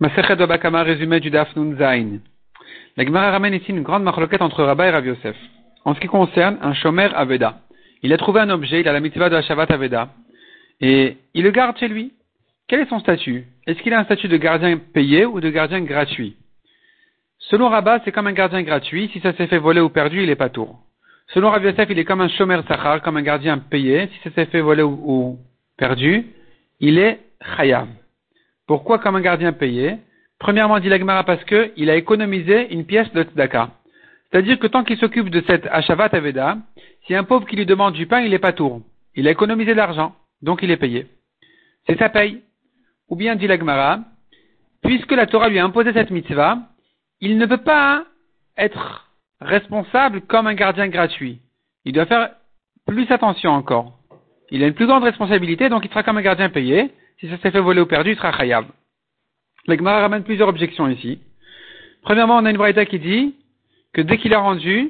Masechet Baba Kama, résumé du Daf Nun Zayin. La Gemara ramène ici une grande marloquette entre Rabba et Rav Yosef. En ce qui concerne un shomer Aveda. Il a trouvé un objet, il a la mitzvah de la Shabbat Aveda. Et il le garde chez lui. Quel est son statut? Est-ce qu'il a un statut de gardien payé ou de gardien gratuit? Selon Rabba, c'est comme un gardien gratuit. Si ça s'est fait voler ou perdu, il est pas tour. Selon Rav Yosef, il est comme un shomer Sachar, comme un gardien payé. Si ça s'est fait voler ou perdu, il est chayav. Pourquoi comme un gardien payé? Premièrement, dit la Gemara, parce que il a économisé une pièce de tzedaka. C'est-à-dire que tant qu'il s'occupe de cette Hashavat Aveda, si un pauvre qui lui demande du pain, il est pas tour. Il a économisé de l'argent, donc il est payé. C'est sa paye. Ou bien, dit la Gemara, puisque la Torah lui a imposé cette mitzvah, il ne peut pas être responsable comme un gardien gratuit. Il doit faire plus attention encore. Il a une plus grande responsabilité, donc il sera comme un gardien payé. Si ça s'est fait voler ou perdu, il sera chayav. La Gemara ramène plusieurs objections ici. Premièrement, on a une braïta qui dit que dès qu'il a rendu,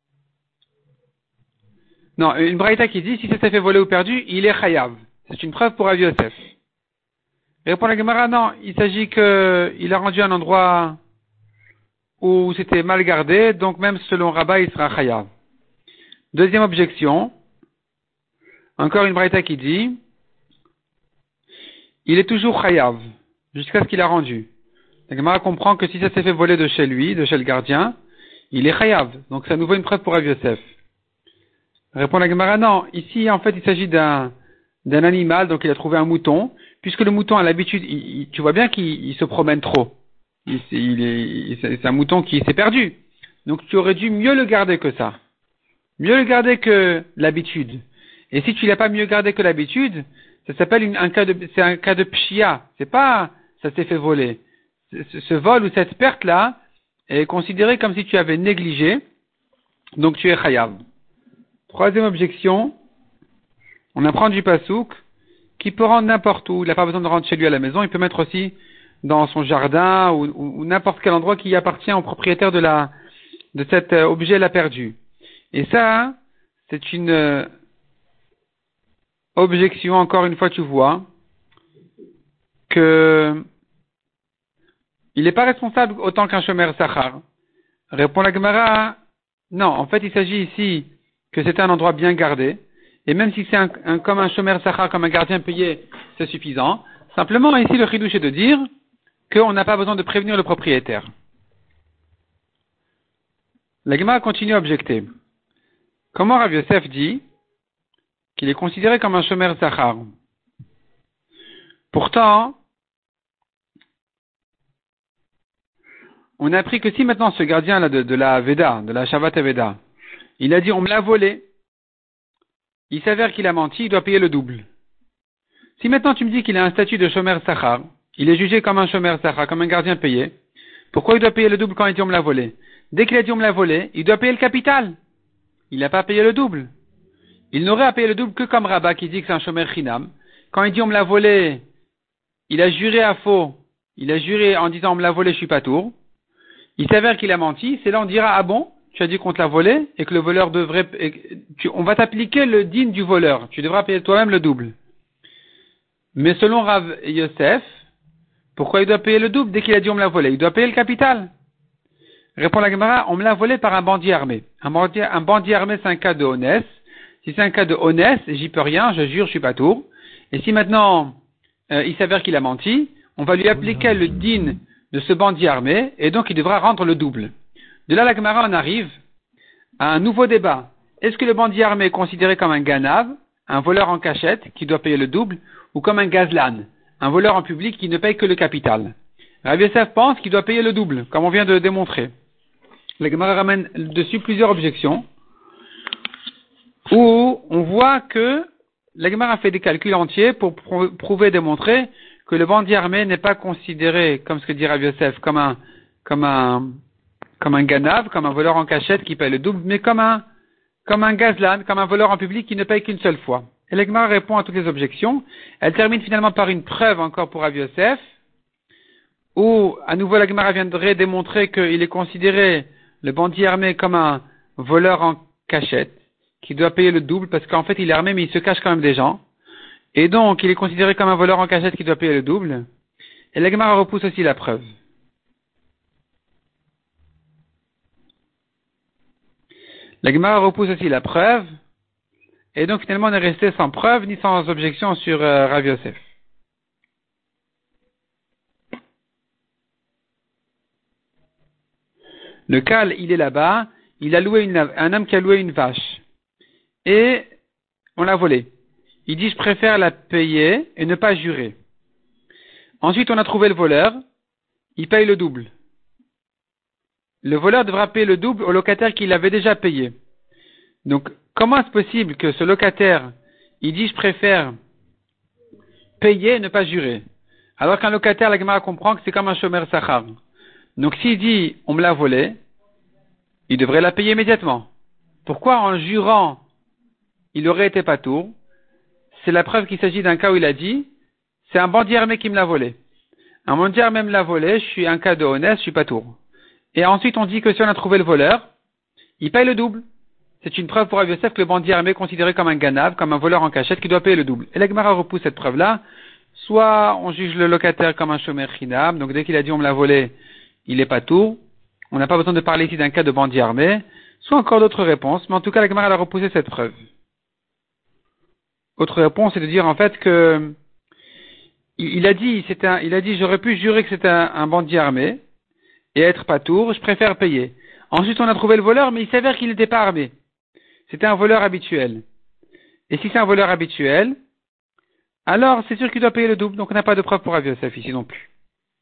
une braïta qui dit si ça s'est fait voler ou perdu, il est chayav. C'est une preuve pour Rav Yosef. Répond la Gemara, non, il s'agit qu'il a rendu un endroit où c'était mal gardé, donc même selon Rabba, il sera chayav. Deuxième objection, encore une braïta qui dit il est toujours chayav, jusqu'à ce qu'il a rendu. La Gemara comprend que si ça s'est fait voler de chez lui, de chez le gardien, il est chayav. Donc c'est à nouveau une preuve pour Rav Yosef. Répond la Gemara, non. Ici, en fait, il s'agit d'un animal, donc il a trouvé un mouton. Puisque le mouton a l'habitude, tu vois bien qu'il se promène trop. C'est un mouton qui s'est perdu. Donc tu aurais dû mieux le garder que ça. Mieux le garder que l'habitude. Et si tu l'as pas mieux gardé que l'habitude, ça s'appelle un cas de pshia. C'est pas, ça s'est fait voler. Ce vol ou cette perte-là est considéré comme si tu avais négligé. Donc tu es chayav. Troisième objection. On apprend du pasouk qui peut rendre n'importe où. Il n'a pas besoin de rentrer chez lui à la maison. Il peut mettre aussi dans son jardin ou n'importe quel endroit qui appartient au propriétaire de cet objet là perdu. Et ça, c'est une objection, encore une fois, tu vois, que il n'est pas responsable autant qu'un shomer sachar. Répond la Gemara, non, en fait, il s'agit ici que c'est un endroit bien gardé, et même si c'est comme un shomer sachar, comme un gardien payé, c'est suffisant. Simplement, ici, le chidouche est de dire qu'on n'a pas besoin de prévenir le propriétaire. La Gemara continue à objecter. Comment Rav Yosef dit qu'il est considéré comme un shomer sachar? Pourtant, on a appris que si maintenant ce gardien-là de la Veda, de la Shabbat Aveda, il a dit on me l'a volé, il s'avère qu'il a menti, il doit payer le double. Si maintenant tu me dis qu'il a un statut de shomer sachar, il est jugé comme un shomer sachar, comme un gardien payé, pourquoi il doit payer le double quand il dit on me l'a volé? Dès qu'il a dit on me l'a volé, il doit payer le capital. Il n'a pas payé le double. Il n'aurait à payer le double que comme Rabba qui dit que c'est un shomer chinam. Quand il dit on me l'a volé, il a juré à faux. Il a juré en disant on me l'a volé, je suis pas tour. Il s'avère qu'il a menti. C'est là on dira ah bon, tu as dit qu'on te l'a volé et que le voleur devrait, on va t'appliquer le din du voleur. Tu devras payer toi-même le double. Mais selon Rav Yosef, pourquoi il doit payer le double dès qu'il a dit on me l'a volé? Il doit payer le capital. Répond la Gemara, on me l'a volé par un bandit armé. Un bandit armé, c'est un cas de honnête. Si c'est un cas de honnête, j'y peux rien, je jure, je suis pas tour. Et si maintenant, il s'avère qu'il a menti, on va lui appliquer le din de ce bandit armé, et donc il devra rendre le double. De là, la Gemara en arrive à un nouveau débat. Est-ce que le bandit armé est considéré comme un ganav, un voleur en cachette, qui doit payer le double, ou comme un gazlan, un voleur en public qui ne paye que le capital? Rav Yosef pense qu'il doit payer le double, comme on vient de démontrer. La Gemara ramène dessus plusieurs objections, où on voit que la Gemara a fait des calculs entiers pour prouver et démontrer que le bandit armé n'est pas considéré, comme ce que dit Rav Yosef, comme un ganav, comme un voleur en cachette qui paye le double, mais comme un gazlan, comme un voleur en public qui ne paye qu'une seule fois. Et la Gemara répond à toutes les objections. Elle termine finalement par une preuve encore pour Rav Yosef, où à nouveau la Gemara viendrait démontrer qu'il est considéré, le bandit armé, comme un voleur en cachette, qui doit payer le double, parce qu'en fait il est armé mais il se cache quand même des gens. Et donc il est considéré comme un voleur en cachette qui doit payer le double. Et la Gemara repousse aussi la preuve. La Gemara repousse aussi la preuve. Et donc finalement on est resté sans preuve ni sans objection sur Rav Yosef. Le Kal, il est là-bas, il a loué un homme qui a loué une vache. Et on l'a volée. Il dit je préfère la payer et ne pas jurer. Ensuite on a trouvé le voleur, il paye le double. Le voleur devra payer le double au locataire qui l'avait déjà payé. Donc comment est-ce possible que ce locataire, il dit je préfère payer et ne pas jurer? Alors qu'un locataire, la Gemara comprend que c'est comme un shomer sachar. Donc s'il dit on me l'a volé, il devrait la payer immédiatement. Pourquoi en jurant il aurait été patour? C'est la preuve qu'il s'agit d'un cas où il a dit c'est un bandit armé qui me l'a volé. Un bandit armé me l'a volé, je suis un cas de honnête, je suis patour. Et ensuite on dit que si on a trouvé le voleur, il paye le double. C'est une preuve pour Rav Yosef que le bandit armé est considéré comme un ganav, comme un voleur en cachette qui doit payer le double. Et la Gemara repousse cette preuve-là. Soit on juge le locataire comme un shomer chinam, donc dès qu'il a dit on me l'a volé, il est patour. On n'a pas besoin de parler ici d'un cas de bandit armé. Soit encore d'autres réponses, mais en tout cas la Gemara a repoussé cette preuve. Autre réponse, c'est de dire en fait que il a dit j'aurais pu jurer que c'était un bandit armé et être patour, je préfère payer. Ensuite on a trouvé le voleur, mais il s'avère qu'il n'était pas armé. C'était un voleur habituel. Et si c'est un voleur habituel, alors c'est sûr qu'il doit payer le double, donc on n'a pas de preuve pour Rav Yosef ici non plus.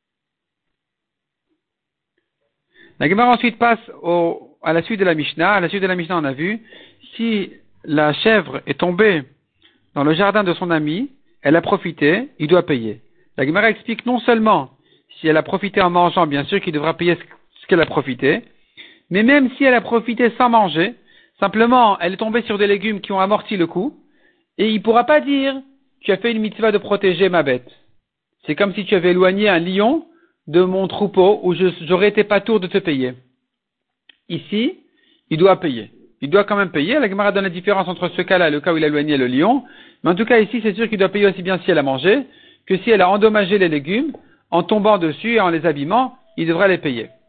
La Gemara ensuite passe à la suite de la Mishnah. À la suite de la Mishnah, on a vu, si la chèvre est tombée dans le jardin de son ami, elle a profité, il doit payer. La Gemara explique non seulement si elle a profité en mangeant, bien sûr qu'il devra payer ce qu'elle a profité, mais même si elle a profité sans manger, simplement elle est tombée sur des légumes qui ont amorti le coup, et il ne pourra pas dire tu as fait une mitzvah de protéger ma bête. C'est comme si tu avais éloigné un lion de mon troupeau où j'aurais été patour de te payer. Ici, il doit payer. Il doit quand même payer. La Gemara donne la différence entre ce cas-là et le cas où il a éloigné le lion. Mais en tout cas, ici, c'est sûr qu'il doit payer aussi bien si elle a mangé que si elle a endommagé les légumes en tombant dessus et en les abîmant, il devra les payer.